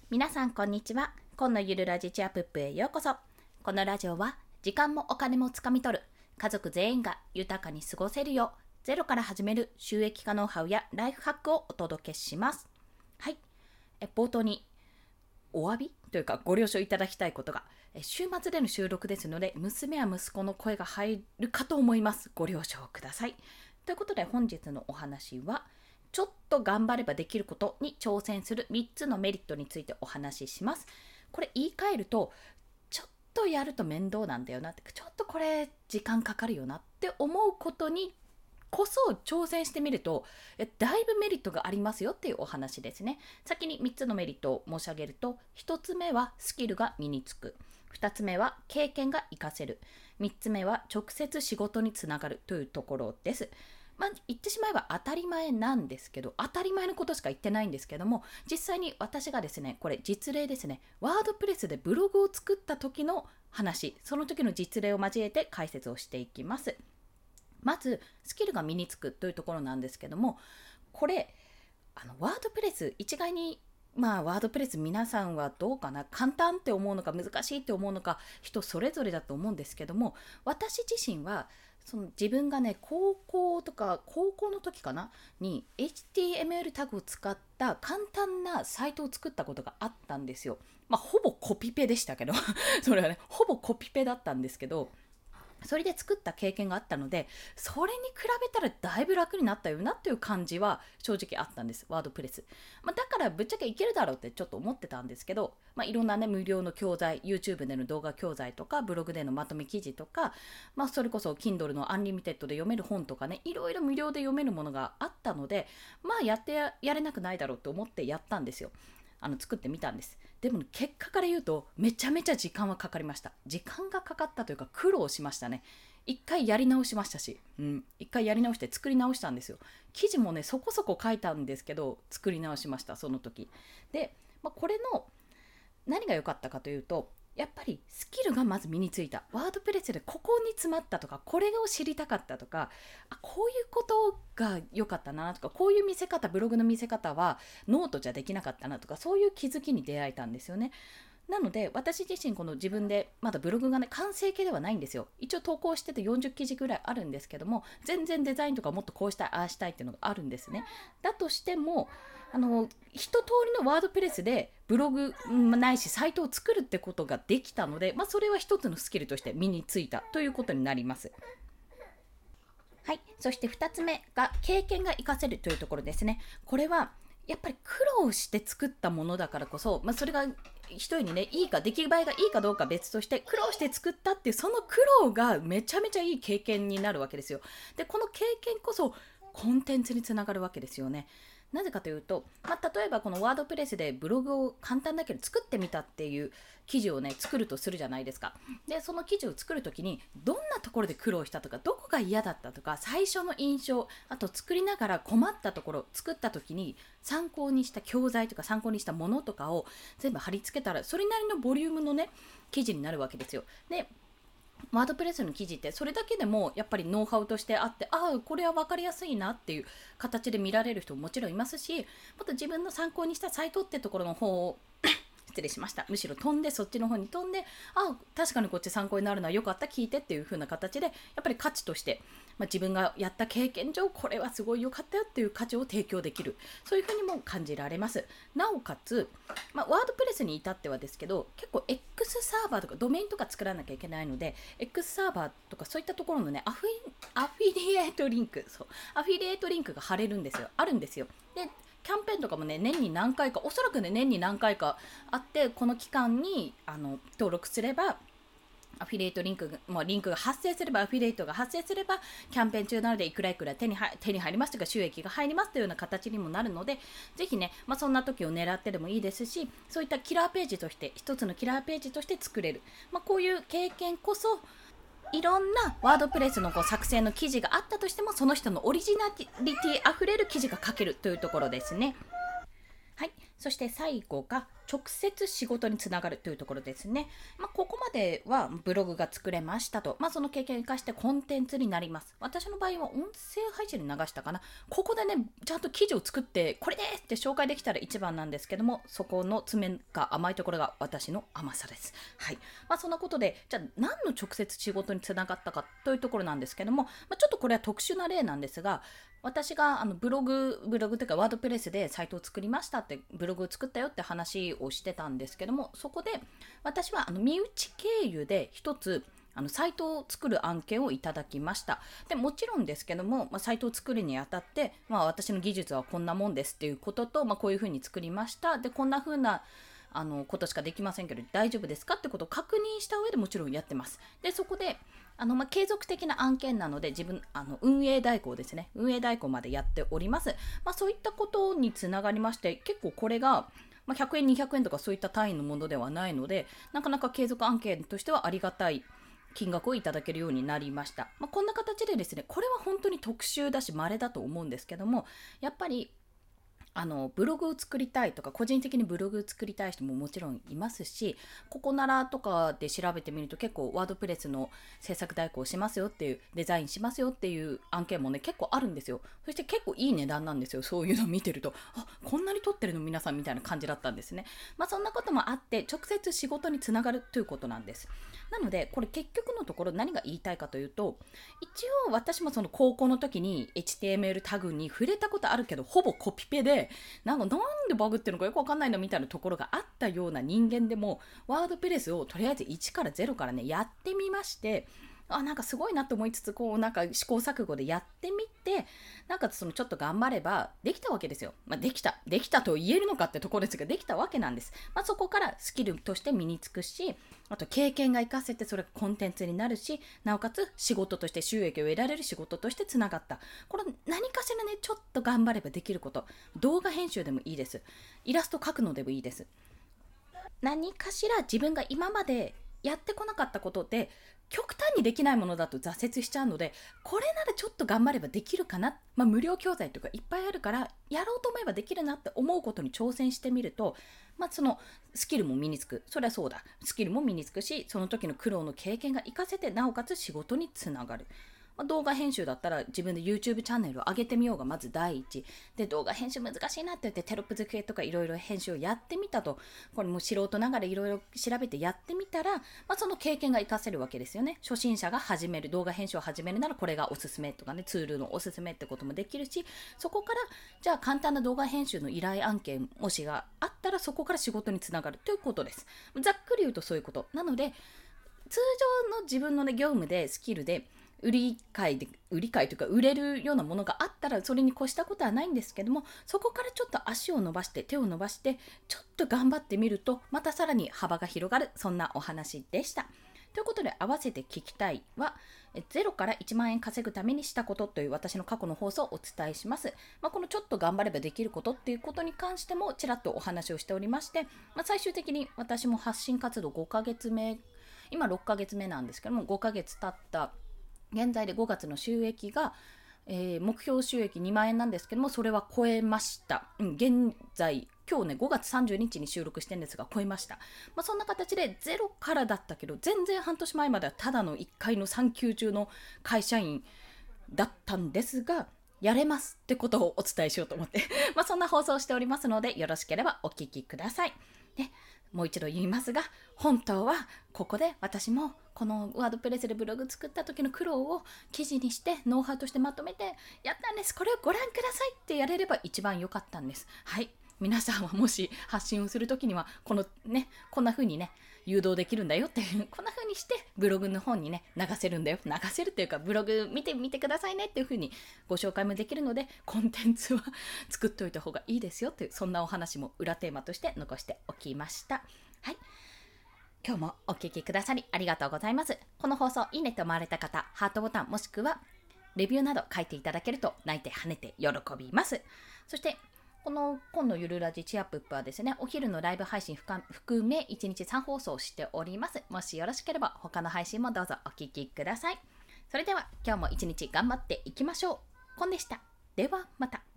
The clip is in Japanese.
皆さんこんにちは。今のゆるラジチアップへようこそ。このラジオは時間もお金もつかみ取る家族全員が豊かに過ごせるようゼロから始める収益化ノウハウやライフハックをお届けします。はい。冒頭にお詫びというかご了承いただきたいことが、週末での収録ですので娘や息子の声が入るかと思います。ご了承ください。ということで本日のお話は、ちょっと頑張ればできることに挑戦する3つのメリットについてお話しします。これ言い換えると、ちょっとやると面倒なんだよなって、ちょっとこれ時間かかるよなって思うことにこそ挑戦してみるとだいぶメリットがありますよっていうお話ですね。先に3つのメリットを申し上げると、1つ目はスキルが身につく、2つ目は経験が活かせる、3つ目は直接仕事につながるというところです。言ってしまえば当たり前なんですけど、当たり前のことしか言ってないんですけども、実際に私がですね、これ実例ですね、ワードプレスでブログを作った時の話、その時の実例を交えて解説をしていきます。まずスキルが身につくというところなんですけども、これワードプレス一概にワードプレス皆さんはどうかな、簡単って思うのか難しいって思うのか人それぞれだと思うんですけども、私自身はその自分がね、高校の時かなに HTML タグを使った簡単なサイトを作ったことがあったんですよ。ほぼコピペでしたけどそれはね、ほぼコピペだったんですけど、それで作った経験があったので、それに比べたらだいぶ楽になったよなっていう感じは正直あったんです、ワードプレス。だからぶっちゃけいけるだろうってちょっと思ってたんですけど、いろんなね、無料の教材、 YouTube での動画教材とかブログでのまとめ記事とか、それこそ Kindle のアンリミテッドで読める本とかね、いろいろ無料で読めるものがあったので、やれなくないだろうと思ってやったんですよ。作ってみたんです。でも、結果から言うとめちゃめちゃ時間はかかりました。時間がかかったというか苦労しましたね。一回やり直しましたし、一回やり直して作り直したんですよ。記事もね、そこそこ書いたんですけど作り直しました、その時で。これの何が良かったかというと、やっぱりスキルがまず身についた。ワードプレスでここに詰まったとか、これを知りたかったとか、こういうことが良かったなとか、こういう見せ方、ブログの見せ方はノートじゃできなかったなとか、そういう気づきに出会えたんですよね。なので私自身、この自分でまだブログがね、完成形ではないんですよ。一応投稿してて40記事ぐらいあるんですけども、全然デザインとかもっとこうしたいああしたいっていうのがあるんですね。だとしても一通りのワードプレスでブログないしサイトを作るってことができたので、それは一つのスキルとして身についたということになります。はい。そして2つ目が経験が活かせるというところですね。これはやっぱり苦労して作ったものだからこそ、それが一人にね、いいか出来栄えがいいかどうか別として、苦労して作ったっていうその苦労がめちゃめちゃいい経験になるわけですよ。で、この経験こそコンテンツにつながるわけですよね。なぜかというと、例えばこのワードプレスでブログを簡単だけど作ってみたっていう記事をね、作るとするじゃないですか。で、その記事を作るときにどんなところで苦労したとか、どこが嫌だったとか、最初の印象、あと作りながら困ったところ、作ったときに参考にした教材とか参考にしたものとかを全部貼り付けたら、それなりのボリュームのね、記事になるわけですよ。で、ワードプレスの記事ってそれだけでもやっぱりノウハウとしてあって、これは分かりやすいなっていう形で見られる人ももちろんいますし、また自分の参考にしたサイトってところの方を失礼しました。むしろ飛んで、そっちの方に飛んで、確かにこっち参考になるのは良かった、聞いてっていう風な形で、やっぱり価値として、自分がやった経験上、これはすごい良かったよっていう価値を提供できる。そういう風にも感じられます。なおかつ、ワードプレスに至ってはですけど、結構 X サーバーとかドメインとか作らなきゃいけないので、X サーバーとかそういったところのね、アフィリエイトリンク、アフィリエイトリンクが貼れるんですよ。あるんですよ。で、キャンペーンとかもね、年に何回か、おそらくね、年に何回かあって、この期間に登録すれば、アフィリエイトリンク、リンクが発生すれば、アフィリエイトが発生すれば、キャンペーン中なのでいくらいくら手に入りますとか、収益が入りますというような形にもなるので、ぜひね、そんな時を狙ってでもいいですし、そういったキラーページとして、一つのキラーページとして作れる。こういう経験こそ、いろんなワードプレスの作成の記事があったとしても、その人のオリジナリティあふれる記事が書けるというところですね。 はい、そして最後が直接仕事につながるというところですね。ここまではブログが作れましたと、その経験を生かしてコンテンツになります。私の場合は音声配信に流したかな。ここでね、ちゃんと記事を作って、これですって紹介できたら一番なんですけども、そこの詰めが甘いところが私の甘さです。はい。そんなことで、じゃあ何の直接仕事につながったかというところなんですけども、ちょっとこれは特殊な例なんですが、私がブログというかワードプレスでサイトを作りましたってブログを作ったよって話をしてたんですけども、そこで私は身内経由で一つサイトを作る案件をいただきました。でもちろんですけども、サイトを作るにあたって、私の技術はこんなもんですっていうことと、こういうふうに作りました。で、こんなふうなことしかできませんけど大丈夫ですかってことを確認した上でもちろんやってます。で、そこで継続的な案件なので自分運営代行ですね、運営代行までやっております。そういったことにつながりまして、結構これが100円200円とかそういった単位のものではないので、なかなか継続案件としてはありがたい金額をいただけるようになりました。こんな形でですね、これは本当に特殊だし稀だと思うんですけども、やっぱりブログを作りたいとか、個人的にブログを作りたい人ももちろんいますし、ここならとかで調べてみると結構ワードプレスの制作代行しますよっていう、デザインしますよっていう案件もね、結構あるんですよ。そして結構いい値段なんですよ。そういうのを見てると、こんなに撮ってるの皆さんみたいな感じだったんですね。そんなこともあって、直接仕事につながるということなんです。なので、これ結局のところ何が言いたいかというと、一応私もその高校の時に HTML タグに触れたことあるけど、ほぼコピペで、なんでバグってるのかよくわかんないなみたいなところがあったような人間でも、ワードプレスをとりあえず1から0からね、やってみまして、なんかすごいなと思いつつ、なんか試行錯誤でやってみて、なんかそのちょっと頑張ればできたわけですよ。できたと言えるのかってところですが、できたわけなんです。そこからスキルとして身につくし、あと経験が活かせてそれがコンテンツになるし、なおかつ仕事として収益を得られる仕事としてつながった。これ何かしらね、ちょっと頑張ればできること。動画編集でもいいです。イラスト描くのでもいいです。何かしら自分が今までやってこなかったことで極端にできないものだと挫折しちゃうので、これならちょっと頑張ればできるかな、無料教材とかいっぱいあるからやろうと思えばできるなって思うことに挑戦してみると、そのスキルも身につく。それはそうだ、スキルも身につくし、その時の苦労の経験が活かせて、なおかつ仕事につながる。動画編集だったら自分で YouTube チャンネルを上げてみようがまず第一で、動画編集難しいなって言ってテロップ付けとかいろいろ編集をやってみたと。これも素人ながらいろいろ調べてやってみたら、その経験が活かせるわけですよね。初心者が始める、動画編集を始めるならこれがおすすめとかね、ツールのおすすめってこともできるし、そこからじゃあ簡単な動画編集の依頼案件もしがあったら、そこから仕事につながるということです。ざっくり言うとそういうことなので、通常の自分の、ね、業務でスキルで売り買いというか売れるようなものがあったらそれに越したことはないんですけども、そこからちょっと足を伸ばして手を伸ばしてちょっと頑張ってみると、またさらに幅が広がる、そんなお話でした。ということで、合わせて聞きたいは0から1万円稼ぐためにしたことという私の過去の放送をお伝えします。このちょっと頑張ればできることっていうことに関してもちらっとお話をしておりまして、最終的に私も発信活動5ヶ月目、今6ヶ月目なんですけども、5ヶ月経った現在で5月の収益が、目標収益2万円なんですけども、それは超えました。現在今日ね5月30日に収録してるんですが超えました。そんな形でゼロからだったけど、全然半年前まではただの1階の産休中の会社員だったんですが、やれますってことをお伝えしようと思ってそんな放送をしておりますので、よろしければお聞きください。で、もう一度言いますが、本当はここで私もこのワードプレスでブログ作った時の苦労を記事にしてノウハウとしてまとめてやったんです、これをご覧くださいってやれれば一番良かったんです。はい、皆さんはもし発信をするときにはこんな風にね誘導できるんだよっていうこんな風にしてブログの方にね流せるんだよ、流せるっていうかブログ見てみてくださいねっていう風にご紹介もできるので、コンテンツは作っておいた方がいいですよっていう、そんなお話も裏テーマとして残しておきました。はい、今日もお聞きくださりありがとうございます。この放送いいねと思われた方、ハートボタンもしくはレビューなど書いていただけると泣いて跳ねて喜びます。そしてこの今のゆるラジチアップはですね、お昼のライブ配信含め1日3放送しております。もしよろしければ他の配信もどうぞお聞きください。それでは今日も一日頑張っていきましょう。コンでした。ではまた。